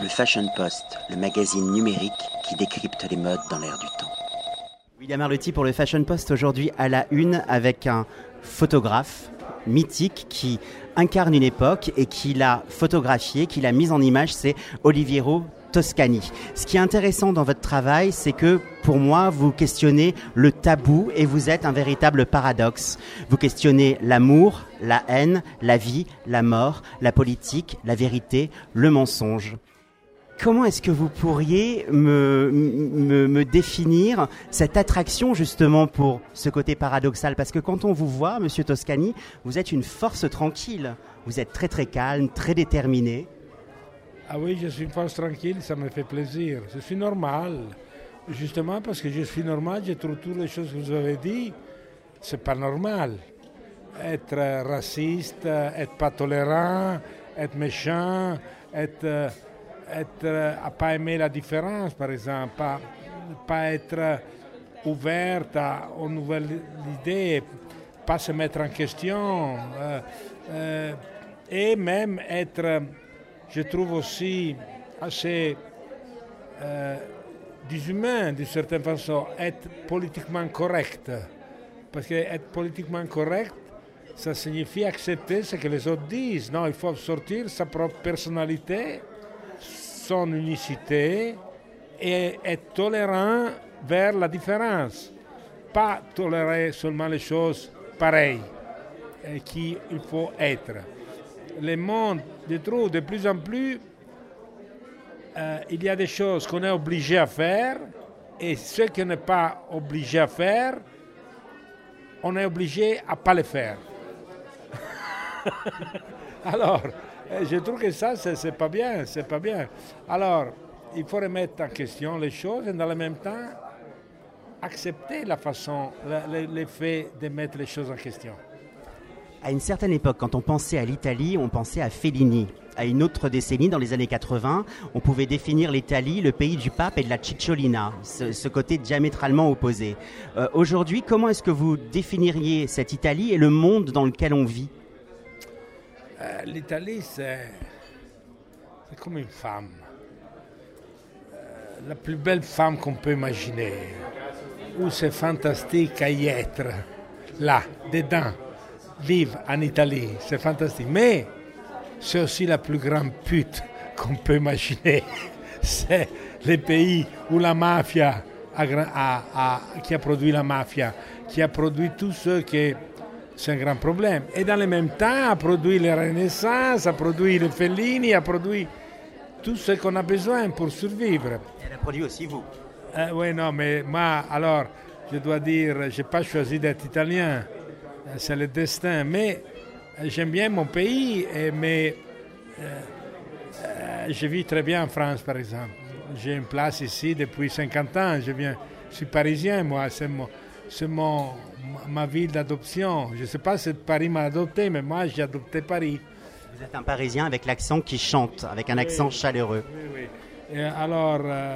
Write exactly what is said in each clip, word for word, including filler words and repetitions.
Le Fashion Post, le magazine numérique qui décrypte les modes dans l'air du temps. William Arlotti pour le Fashion Post, aujourd'hui à la une avec un photographe mythique qui incarne une époque et qui l'a photographié, qui l'a mise en image, c'est Oliviero Toscani. Ce qui est intéressant dans votre travail, c'est que pour moi, vous questionnez le tabou et vous êtes un véritable paradoxe. Vous questionnez l'amour, la haine, la vie, la mort, la politique, la vérité, le mensonge. Comment est-ce que vous pourriez me, me, me définir cette attraction justement pour ce côté paradoxal ? Parce que quand on vous voit, Monsieur Toscani, vous êtes une force tranquille. Vous êtes très très calme, très déterminé. Ah oui, je suis une force tranquille, ça me fait plaisir. Je suis normal. Justement parce que je suis normal, je trouve toutes les choses que vous avez dit, c'est pas normal. Être raciste, être pas tolérant, être méchant, être... être à pas aimer la différence, par exemple, pas, pas être ouverte à, aux nouvelles idées, pas se mettre en question, euh, euh, et même être, je trouve aussi, assez euh, déshumain d'une certaine façon, être politiquement correct. Parce que être politiquement correct, ça signifie accepter ce que les autres disent. Non, il faut sortir sa propre personnalité, son unicité et être tolérant vers la différence. Pas tolérer seulement les choses pareilles qu'il faut être. Le monde, je trouve, de plus en plus, euh, il y a des choses qu'on est obligé à faire et ce qu'on n'est pas obligé à faire, on est obligé à ne pas le faire. Alors, je trouve que ça, c'est, c'est pas bien, c'est pas bien. Alors, il faut remettre en question les choses et dans le même temps, accepter la façon, le, le fait de mettre les choses en question. À une certaine époque, quand on pensait à l'Italie, on pensait à Fellini. À une autre décennie, dans les années quatre-vingts, on pouvait définir l'Italie, le pays du pape et de la cicciolina, ce, ce côté diamétralement opposé. Euh, aujourd'hui, comment est-ce que vous définiriez cette Italie et le monde dans lequel on vit ? Euh, L'Italie, c'est, c'est comme une femme. Euh, la plus belle femme qu'on peut imaginer. Où c'est fantastique à y être. Là, dedans. Vivre en Italie, c'est fantastique. Mais c'est aussi la plus grande pute qu'on peut imaginer. C'est le pays où la mafia a, a, a, qui a produit la mafia, qui a produit tout ce qui... C'est un grand problème. Et dans le même temps, a produit la Renaissance, a produit les Fellini, a produit tout ce qu'on a besoin pour survivre. Elle a produit aussi vous. Euh, oui, non, mais moi, alors, je dois dire, je n'ai pas choisi d'être italien. C'est le destin. Mais j'aime bien mon pays, mais euh, euh, je vis très bien en France, par exemple. J'ai une place ici depuis cinquante ans. Je, viens, je suis parisien, moi. C'est mon... C'est mon, ma ville d'adoption. Je ne sais pas si Paris m'a adopté, mais moi, j'ai adopté Paris. Vous êtes un Parisien avec l'accent qui chante, avec un accent oui, chaleureux. Oui, oui. Et alors, euh,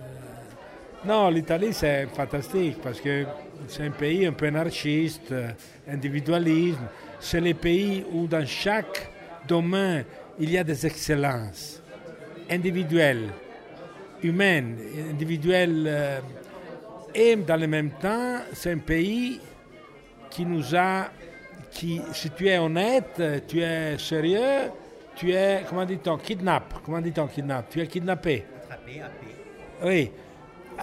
non, l'Italie, c'est fantastique parce que c'est un pays un peu anarchiste, individualisme. C'est le pays où dans chaque domaine, il y a des excellences individuelles, humaines, individuelles. Euh, Et dans le même temps, c'est un pays qui nous a, qui, si tu es honnête, tu es sérieux, tu es, comment dit-on, kidnappé. Comment dit-on kidnappé? Tu es kidnappé. Attrapé, happé. Oui. Euh,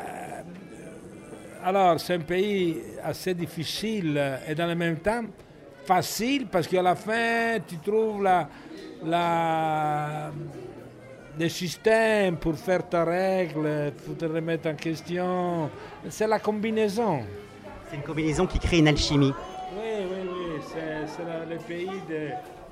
alors, c'est un pays assez difficile et dans le même temps facile parce qu'à la fin, tu trouves la, la, des systèmes pour faire ta règle, pour te remettre en question. C'est la combinaison. C'est une combinaison qui crée une alchimie. Oui, oui, oui. C'est, c'est la, le pays des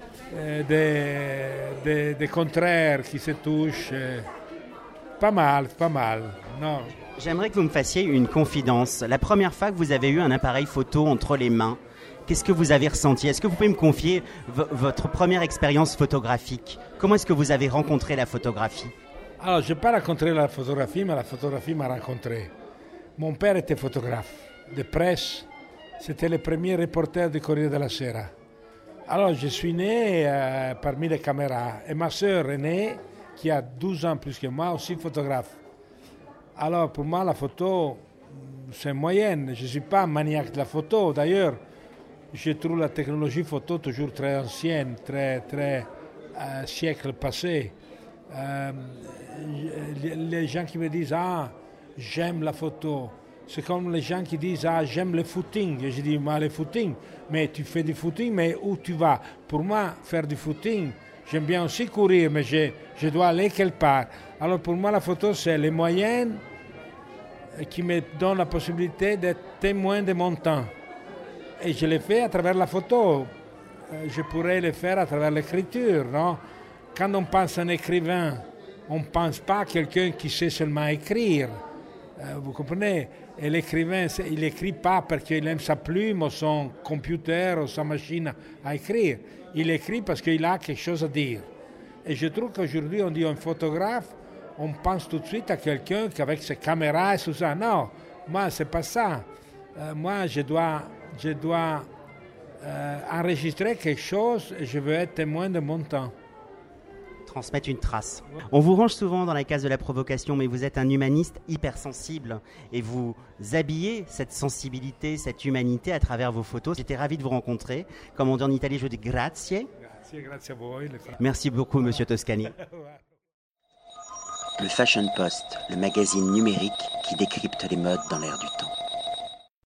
de, de, de contraires qui se touchent. Pas mal, pas mal. Non. J'aimerais que vous me fassiez une confidence. La première fois que vous avez eu un appareil photo entre les mains, qu'est-ce que vous avez ressenti ? Est-ce que vous pouvez me confier v- votre première expérience photographique ? Comment est-ce que vous avez rencontré la photographie ? Alors, je n'ai pas rencontré la photographie, mais la photographie m'a rencontré. Mon père était photographe de presse. C'était le premier reporter du Corriere della Sera. Alors, je suis né euh, parmi les caméras. Et ma sœur est née qui a douze ans plus que moi, aussi photographe. Alors pour moi, la photo, c'est moyenne. Je ne suis pas maniaque de la photo. D'ailleurs, je trouve la technologie photo toujours très ancienne, très, très euh, siècle passé. Euh, les gens qui me disent « Ah, j'aime la photo », c'est comme les gens qui disent « Ah, j'aime le footing ». Et je dis « Mais le footing, mais tu fais du footing, mais où tu vas ?» Pour moi, faire du footing, j'aime bien aussi courir, mais je, je dois aller quelque part. Alors pour moi, la photo, c'est les moyens qui me donnent la possibilité d'être témoin de mon temps. Et je le fais à travers la photo. Je pourrais le faire à travers l'écriture, non? Quand on pense à un écrivain, on ne pense pas à quelqu'un qui sait seulement écrire. Euh, vous comprenez? Et l'écrivain, il n'écrit pas parce qu'il aime sa plume ou son computer ou sa machine à écrire. Il écrit parce qu'il a quelque chose à dire. Et je trouve qu'aujourd'hui, on dit un photographe, on pense tout de suite à quelqu'un qui avec ses caméras et tout ça. Non, moi, ce n'est pas ça. Euh, moi, je dois, je dois euh, enregistrer quelque chose et je veux être témoin de mon temps. Transmettre une trace. On vous range souvent dans la case de la provocation, mais vous êtes un humaniste hypersensible et vous habillez cette sensibilité, cette humanité à travers vos photos. J'étais ravi de vous rencontrer. Comme on dit en Italie, je dis grazie. Grazie, grazie a voi. Merci beaucoup, Monsieur Toscani. Le Fashion Post, le magazine numérique qui décrypte les modes dans l'air du temps.